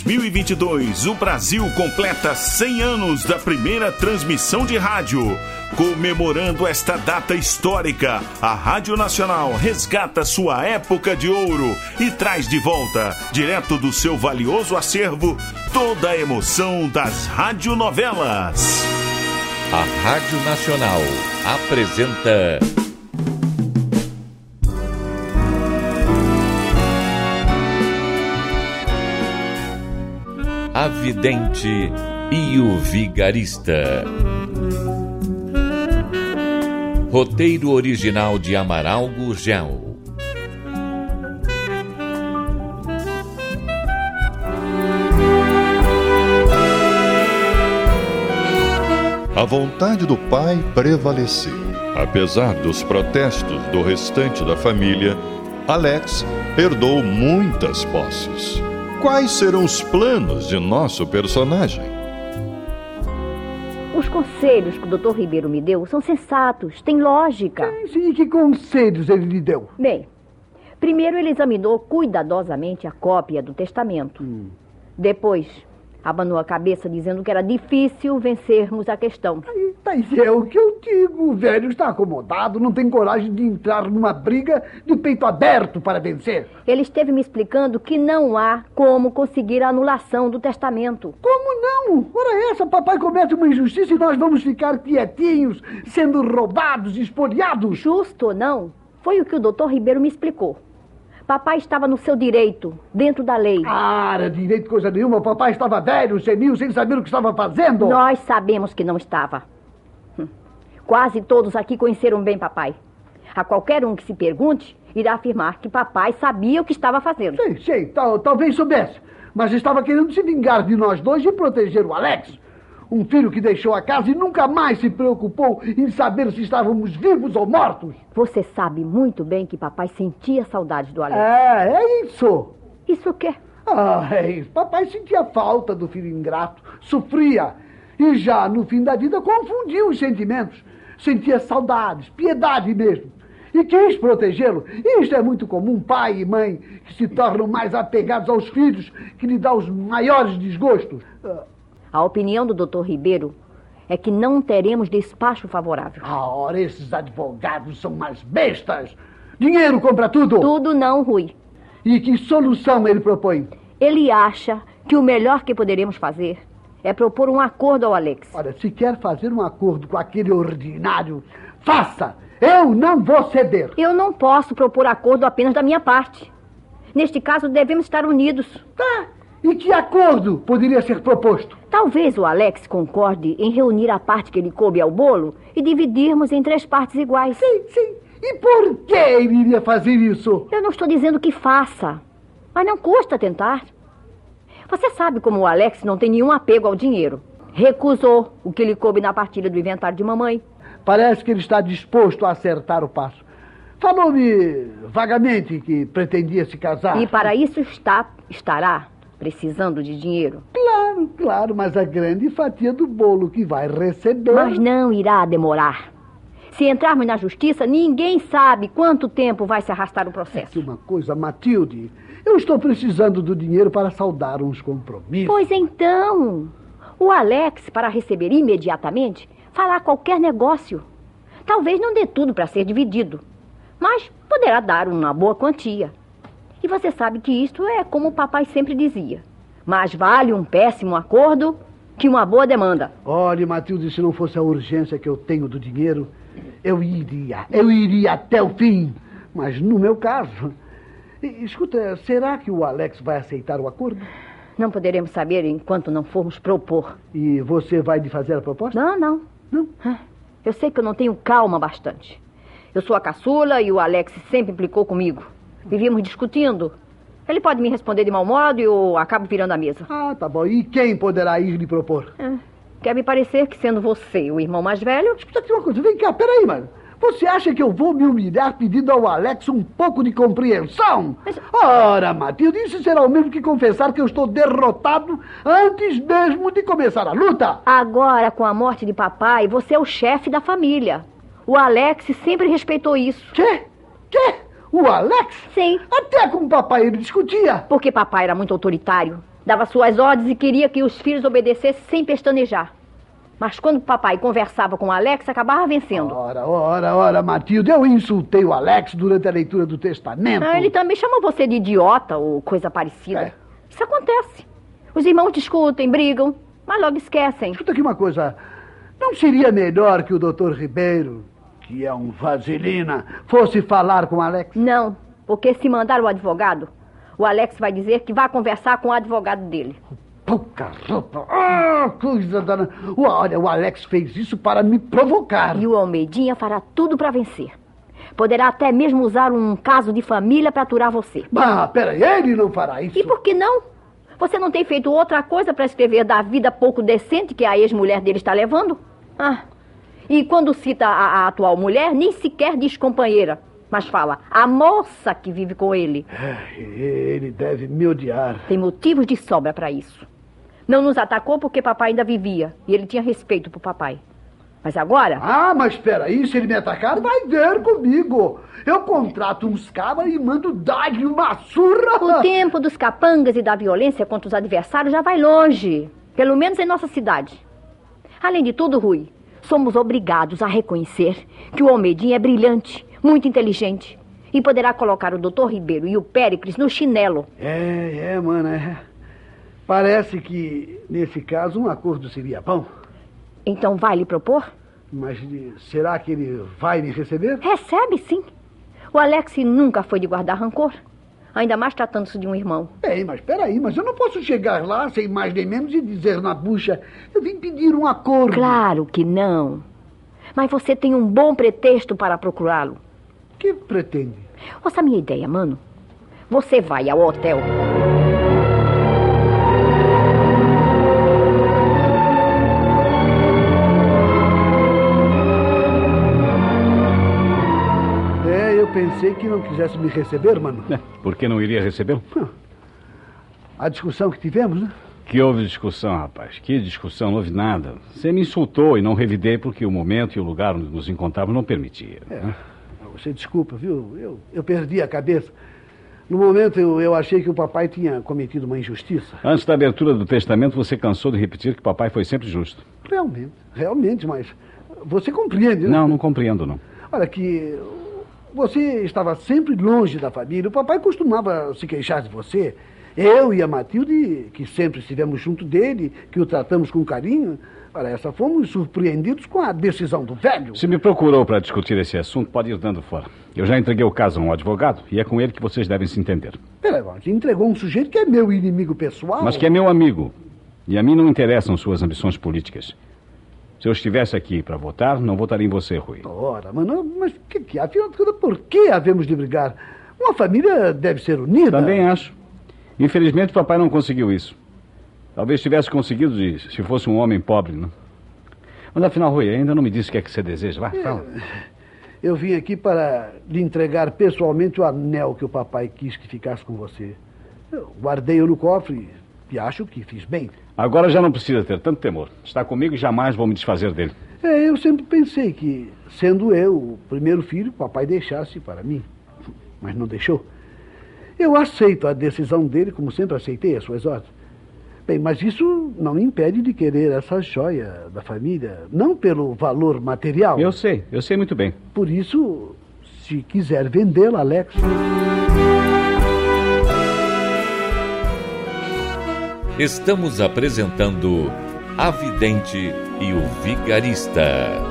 2022, o Brasil completa 100 anos da primeira transmissão de rádio. Comemorando esta data histórica, a Rádio Nacional resgata sua época de ouro e traz de volta, direto do seu valioso acervo, toda a emoção das radionovelas. A Rádio Nacional apresenta A Vidente e o Vigarista. Roteiro original de Amaral Gurgel. A vontade do pai prevaleceu. Apesar dos protestos do restante da família, Alex herdou muitas posses. Quais serão os planos de nosso personagem? Os conselhos que o Dr. Ribeiro me deu são sensatos, têm lógica. Sim, que conselhos ele lhe deu? Bem, primeiro ele examinou cuidadosamente a cópia do testamento. Depois, abanou a cabeça dizendo que era difícil vencermos a questão. Mas é o que eu digo. O velho está acomodado, não tem coragem de entrar numa briga de peito aberto para vencer. Ele esteve me explicando que não há como conseguir a anulação do testamento. Como não? Ora essa, papai comete uma injustiça e nós vamos ficar quietinhos, sendo roubados, espoliados. Justo ou não, foi o que o Dr. Ribeiro me explicou. Papai estava no seu direito, dentro da lei. Era direito coisa nenhuma. Papai estava velho, senil, sem saber o que estava fazendo. Nós sabemos que não estava. Quase todos aqui conheceram bem papai. A qualquer um que se pergunte, irá afirmar que papai sabia o que estava fazendo. Sei, talvez soubesse. Mas estava querendo se vingar de nós dois e proteger o Alex. Um filho que deixou a casa e nunca mais se preocupou em saber se estávamos vivos ou mortos. Você sabe muito bem que papai sentia saudade do Alex. É isso. Isso o quê? É isso. Papai sentia falta do filho ingrato, sofria. E já no fim da vida confundia os sentimentos. Sentia saudades, piedade mesmo. E quis protegê-lo. Isto é muito comum, pai e mãe, que se tornam mais apegados aos filhos, que lhe dá os maiores desgostos. A opinião do Dr. Ribeiro é que não teremos despacho favorável. Ora, esses advogados são mais bestas. Dinheiro compra tudo. Tudo não, Rui. E que solução ele propõe? Ele acha que o melhor que poderemos fazer é propor um acordo ao Alex. Olha, se quer fazer um acordo com aquele ordinário, faça! Eu não vou ceder. Eu não posso propor acordo apenas da minha parte. Neste caso, devemos estar unidos. Tá. E que acordo poderia ser proposto? Talvez o Alex concorde em reunir a parte que lhe coube ao bolo e dividirmos em 3 partes iguais. Sim. E por que ele iria fazer isso? Eu não estou dizendo que faça, mas não custa tentar. Você sabe como o Alex não tem nenhum apego ao dinheiro. Recusou o que lhe coube na partilha do inventário de mamãe. Parece que ele está disposto a acertar o passo. Falou-me vagamente que pretendia se casar. E para isso estará precisando de dinheiro. Claro, mas a grande fatia do bolo que vai receber... Mas não irá demorar. Se entrarmos na justiça, ninguém sabe quanto tempo vai se arrastar o processo. Uma coisa, Matilde, eu estou precisando do dinheiro para saldar uns compromissos. Pois então, o Alex, para receber imediatamente, fará qualquer negócio. Talvez não dê tudo para ser dividido, mas poderá dar uma boa quantia. E você sabe que isto é como o papai sempre dizia. Mais vale um péssimo acordo que uma boa demanda. Olhe, Matilde, se não fosse a urgência que eu tenho do dinheiro, eu iria até o fim. Mas no meu caso... Escuta, será que o Alex vai aceitar o acordo? Não poderemos saber enquanto não formos propor. E você vai lhe fazer a proposta? Não. Eu sei que eu não tenho calma bastante. Eu sou a caçula e o Alex sempre implicou comigo. Vivíamos discutindo. Ele pode me responder de mau modo e eu acabo virando a mesa. Tá bom. E quem poderá ir lhe propor? Quer me parecer que, sendo você o irmão mais velho... Escuta aqui uma coisa. Vem cá, peraí, mano. Você acha que eu vou me humilhar pedindo ao Alex um pouco de compreensão? Ora, Matilde, isso será o mesmo que confessar que eu estou derrotado antes mesmo de começar a luta. Agora, com a morte de papai, você é o chefe da família. O Alex sempre respeitou isso. Quê? O Alex? Sim. Até com o papai ele discutia. Porque papai era muito autoritário. Dava suas ordens e queria que os filhos obedecessem sem pestanejar. Mas quando o papai conversava com o Alex, acabava vencendo. Ora, Matilde, eu insultei o Alex durante a leitura do testamento. Ele também chamou você de idiota ou coisa parecida. Isso acontece. Os irmãos discutem, brigam, mas logo esquecem. Escuta aqui uma coisa. Não seria melhor que o Dr. Ribeiro, que é um vaselina, fosse falar com o Alex? Não, porque se mandar o advogado, o Alex vai dizer que vai conversar com o advogado dele. Pouca roupa. Coisa danada. Olha, o Alex fez isso para me provocar. E o Almeidinha fará tudo para vencer. Poderá até mesmo usar um caso de família para aturar você. Peraí, ele não fará isso. E por que não? Você não tem feito outra coisa para escrever da vida pouco decente que a ex-mulher dele está levando? E quando cita a atual mulher, nem sequer diz companheira, mas fala a moça que vive com ele. Ele deve me odiar. Tem motivos de sobra para isso. Não nos atacou porque papai ainda vivia e ele tinha respeito por papai. Mas agora... mas espera aí, se ele me atacar, vai ver comigo. Eu contrato uns cabras e mando dar-lhe uma surra. O tempo dos capangas e da violência contra os adversários já vai longe. Pelo menos em nossa cidade. Além de tudo, Rui, somos obrigados a reconhecer que o Almeidinha é brilhante, muito inteligente. E poderá colocar o Dr. Ribeiro e o Péricles no chinelo. Mana. Parece que, nesse caso, um acordo seria bom. Então vai lhe propor? Mas será que ele vai me receber? Recebe, sim. O Alex nunca foi de guardar rancor. Ainda mais tratando-se de um irmão. Mas peraí, mas eu não posso chegar lá sem mais nem menos e dizer na bucha: eu vim pedir um acordo. Claro que não. Mas você tem um bom pretexto para procurá-lo. Que pretende? Ouça a minha ideia, mano. Você vai ao hotel. Eu pensei que não quisesse me receber, mano. Por que não iria recebê-lo? A discussão que tivemos, né? Que houve discussão, rapaz. Que discussão, não houve nada. Você me insultou e não revidei porque o momento e o lugar onde nos encontrávamos não permitia. Né? Você desculpa, viu? Eu perdi a cabeça. No momento eu achei que o papai tinha cometido uma injustiça. Antes da abertura do testamento, você cansou de repetir que o papai foi sempre justo. Realmente, mas você compreende, né? Não compreendo, não. Olha, que você estava sempre longe da família. O papai costumava se queixar de você. Eu e a Matilde, que sempre estivemos junto dele, que o tratamos com carinho, fomos surpreendidos com a decisão do velho. Se me procurou para discutir esse assunto, pode ir dando fora. Eu já entreguei o caso a um advogado e é com ele que vocês devem se entender. Peraí, você entregou um sujeito que é meu inimigo pessoal? Mas que é meu amigo. E a mim não interessam suas ambições políticas. Se eu estivesse aqui para votar, não votaria em você, Rui. Ora, mas que afinal de contas, por que havemos de brigar? Uma família deve ser unida. Também acho. Infelizmente, o papai não conseguiu isso. Talvez tivesse conseguido se fosse um homem pobre, não? Mas afinal, Rui, ainda não me disse o que é que você deseja. Vai, fala. Eu vim aqui para lhe entregar pessoalmente o anel que o papai quis que ficasse com você. Eu guardei-o no cofre e acho que fiz bem. Agora já não precisa ter tanto temor. Está comigo e jamais vou me desfazer dele. Eu sempre pensei que, sendo eu o primeiro filho, o papai deixasse para mim. Mas não deixou. Eu aceito a decisão dele, como sempre aceitei as suas ordens. Bem, mas isso não me impede de querer essa joia da família, não pelo valor material. Eu sei muito bem. Por isso, se quiser vendê-la, Alex... Estamos apresentando A Vidente e o Vigarista.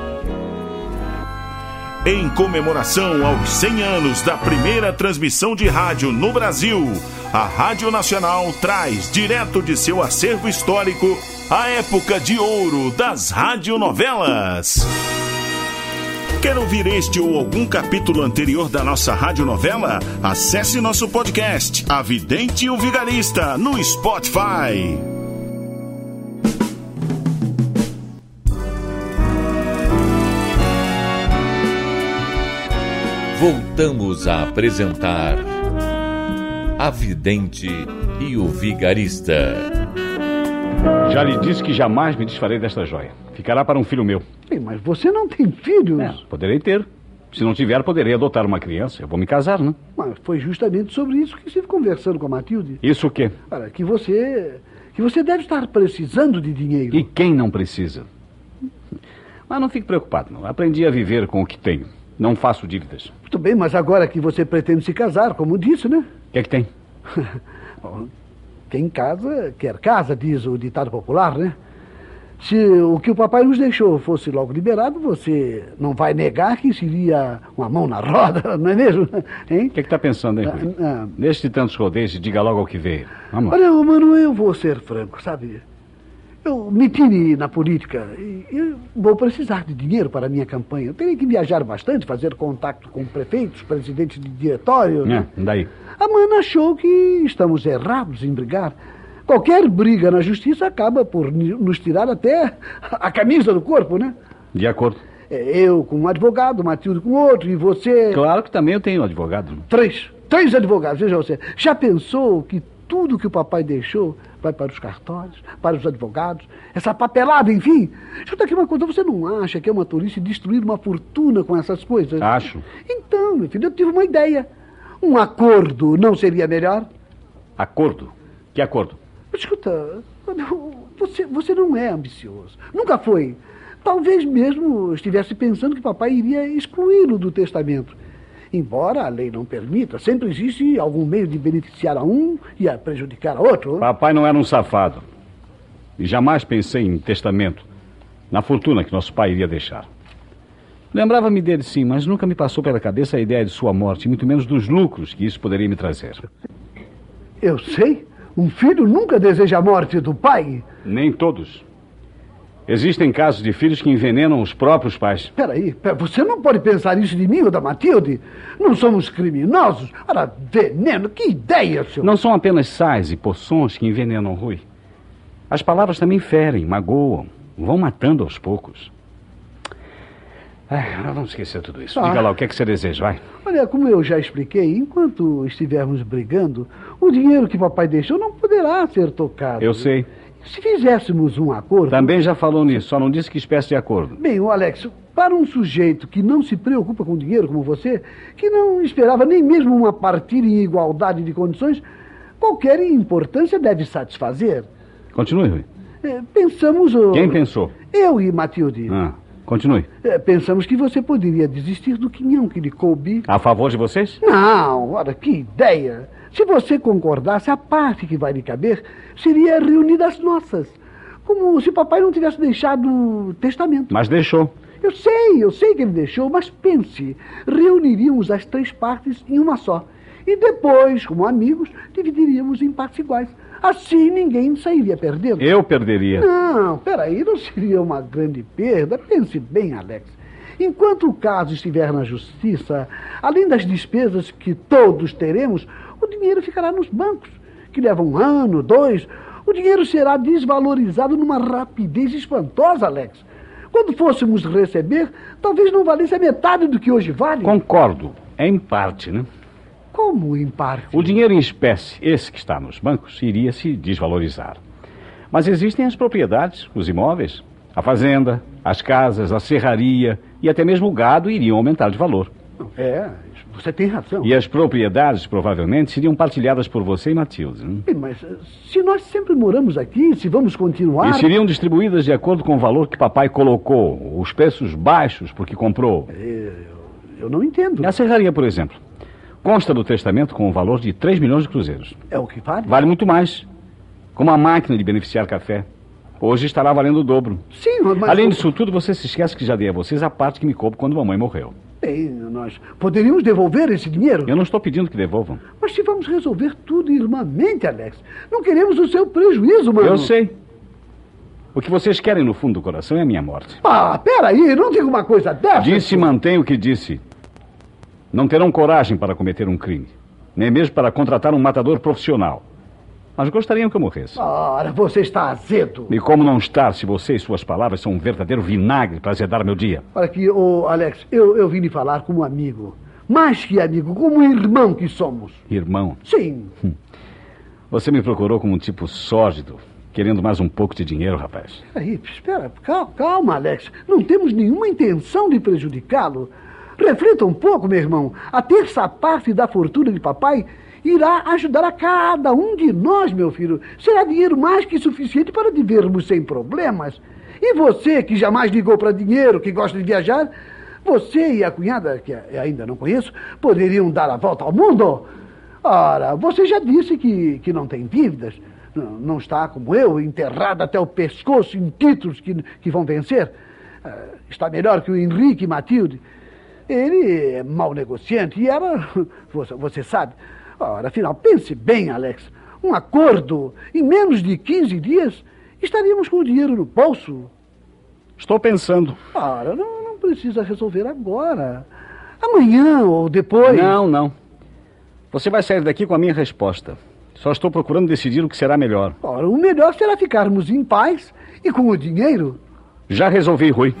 Em comemoração aos 100 anos da primeira transmissão de rádio no Brasil, a Rádio Nacional traz direto de seu acervo histórico a época de ouro das radionovelas. Quer ouvir este ou algum capítulo anterior da nossa radionovela? Acesse nosso podcast, A Vidente e o Vigarista, no Spotify. Voltamos a apresentar A Vidente e o Vigarista. Já lhe disse que jamais me desfarei desta joia. Ficará para um filho meu. Mas você não tem filhos? Poderei ter, Se não tiver, poderei adotar uma criança. Eu vou me casar, não? Mas foi justamente sobre isso que estive conversando com a Matilde. Isso o quê? Olha, que você deve estar precisando de dinheiro. E quem não precisa? Mas não fique preocupado, não. Aprendi a viver com o que tenho. Não faço dívidas. Muito bem, mas agora que você pretende se casar, como disse, né? O que é que tem? Quem casa, quer casa, diz o ditado popular, né? Se o que o papai nos deixou fosse logo liberado, você não vai negar que seria uma mão na roda, não é mesmo? Hein? O que é que está pensando, hein, Rui? Deixe de tantos rodeios e diga logo o que veio. Vamos lá. Olha, mano, eu vou ser franco, sabe? Eu me tire na política e eu vou precisar de dinheiro para a minha campanha. Eu terei que viajar bastante, fazer contato com prefeitos, presidentes de diretório. Né? Daí? A mana achou que estamos errados em brigar. Qualquer briga na justiça acaba por nos tirar até a camisa do corpo, né? De acordo. Eu com um advogado, Matilde com outro, e você... Claro que também eu tenho um advogado. Três advogados, veja você. Já pensou que tudo que o papai deixou vai para os cartórios, para os advogados, essa papelada, enfim? Escuta aqui uma coisa, você não acha que é uma tolice destruir uma fortuna com essas coisas? Acho. Então, meu filho, eu tive uma ideia. Um acordo não seria melhor? Acordo? Que acordo? Escuta, você não é ambicioso. Nunca foi. Talvez mesmo estivesse pensando que papai iria excluí-lo do testamento. Embora a lei não permita, sempre existe algum meio de beneficiar a um e a prejudicar a outro. Papai não era um safado. E jamais pensei em testamento, na fortuna que nosso pai iria deixar. Lembrava-me dele, sim, mas nunca me passou pela cabeça a ideia de sua morte, muito menos dos lucros que isso poderia me trazer. Eu sei. Um filho nunca deseja a morte do pai. Nem todos. Existem casos de filhos que envenenam os próprios pais. Peraí, você não pode pensar isso de mim ou da Matilde? Não somos criminosos. Ora, veneno, que ideia, senhor. Não são apenas sais e poções que envenenam, Rui. As palavras também ferem, magoam, vão matando aos poucos. Agora vamos esquecer tudo isso. Diga lá, o que é que você deseja, vai. Olha, como eu já expliquei, enquanto estivermos brigando, o dinheiro que papai deixou não poderá ser tocado. Eu sei. Se fizéssemos um acordo... Também já falou nisso, só não disse que espécie de acordo. Bem, Alex, para um sujeito que não se preocupa com dinheiro como você, que não esperava nem mesmo uma partida em igualdade de condições, qualquer importância deve satisfazer. Continue, Rui. Pensamos... Quem pensou? Eu e Matilde. Continue. Pensamos que você poderia desistir do quinhão que lhe coube. A favor de vocês? Não, olha, que ideia. Se você concordasse, a parte que vai lhe caber seria reunida às nossas. Como se papai não tivesse deixado testamento. Mas deixou. Eu sei que ele deixou, mas pense. Reuniríamos as três partes em uma só. E depois, como amigos, dividiríamos em partes iguais. Assim ninguém sairia perdendo. Eu perderia. Não, peraí, não seria uma grande perda. Pense bem, Alex. Enquanto o caso estiver na justiça, além das despesas que todos teremos, o dinheiro ficará nos bancos, que levam 1 ano, 2. O dinheiro será desvalorizado numa rapidez espantosa, Alex. Quando fôssemos receber, talvez não valesse a metade do que hoje vale. Concordo. É em parte, né? Como em parte? O dinheiro em espécie, esse que está nos bancos, iria se desvalorizar. Mas existem as propriedades, os imóveis, a fazenda, as casas, a serraria e até mesmo o gado iriam aumentar de valor. Você tem razão. E as propriedades, provavelmente, seriam partilhadas por você e Matilde. Né? Mas se nós sempre moramos aqui, se vamos continuar... E seriam distribuídas de acordo com o valor que papai colocou, os preços baixos porque comprou. Eu não entendo. A serraria, por exemplo, consta do testamento com o valor de 3 milhões de cruzeiros. É o que vale? Vale muito mais. Como a máquina de beneficiar café. Hoje estará valendo o dobro. Sim, mas... Além disso tudo, você se esquece que já dei a vocês a parte que me coube quando mamãe morreu. Bem, nós poderíamos devolver esse dinheiro? Eu não estou pedindo que devolvam. Mas se vamos resolver tudo irmãmente, Alex, não queremos o seu prejuízo, mano. Eu sei. O que vocês querem no fundo do coração é a minha morte. Peraí, não diga uma coisa dessa. Disse e mantém o que disse. Não terão coragem para cometer um crime. Nem mesmo para contratar um matador profissional. Mas gostariam que eu morresse. Ora, você está azedo. E como não estar se você e suas palavras são um verdadeiro vinagre para azedar meu dia? Olha aqui, Alex, eu vim lhe falar como amigo. Mais que amigo, como irmão que somos. Irmão? Sim. Você me procurou como um tipo sórdido, querendo mais um pouco de dinheiro, rapaz. Aí, espera, calma, Alex. Não temos nenhuma intenção de prejudicá-lo. Reflita um pouco, meu irmão. A terça parte da fortuna de papai irá ajudar a cada um de nós, meu filho. Será dinheiro mais que suficiente para vivermos sem problemas. E você, que jamais ligou para dinheiro, que gosta de viajar, você e a cunhada, que ainda não conheço, poderiam dar a volta ao mundo. Ora, você já disse que não tem dívidas. Não está, como eu, enterrado até o pescoço em títulos que vão vencer. Está melhor que o Henrique e Matilde. Ele é mau negociante e era... Você sabe. Ora, afinal, pense bem, Alex. Um acordo, em menos de 15 dias, estaríamos com o dinheiro no bolso. Estou pensando. Ora, não precisa resolver agora. Amanhã ou depois. Não. Você vai sair daqui com a minha resposta. Só estou procurando decidir o que será melhor. Ora, o melhor será ficarmos em paz e com o dinheiro. Já resolvi, Rui.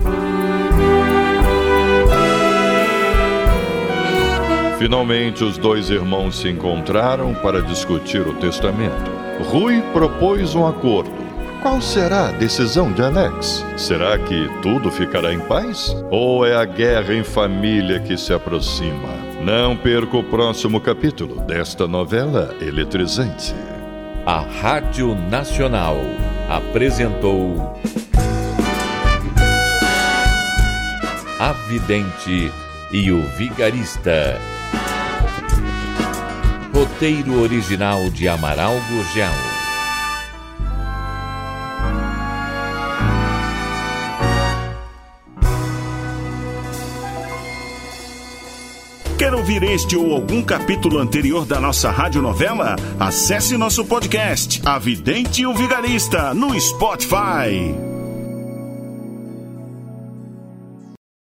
Finalmente, os dois irmãos se encontraram para discutir o testamento. Rui propôs um acordo. Qual será a decisão de Alex? Será que tudo ficará em paz? Ou é a guerra em família que se aproxima? Não perca o próximo capítulo desta novela eletrizante. A Rádio Nacional apresentou A Vidente e o Vigarista. Roteiro original de Amaral Gurgel. Quer ouvir este ou algum capítulo anterior da nossa radionovela? Acesse nosso podcast, A Vidente e o Vigarista, no Spotify.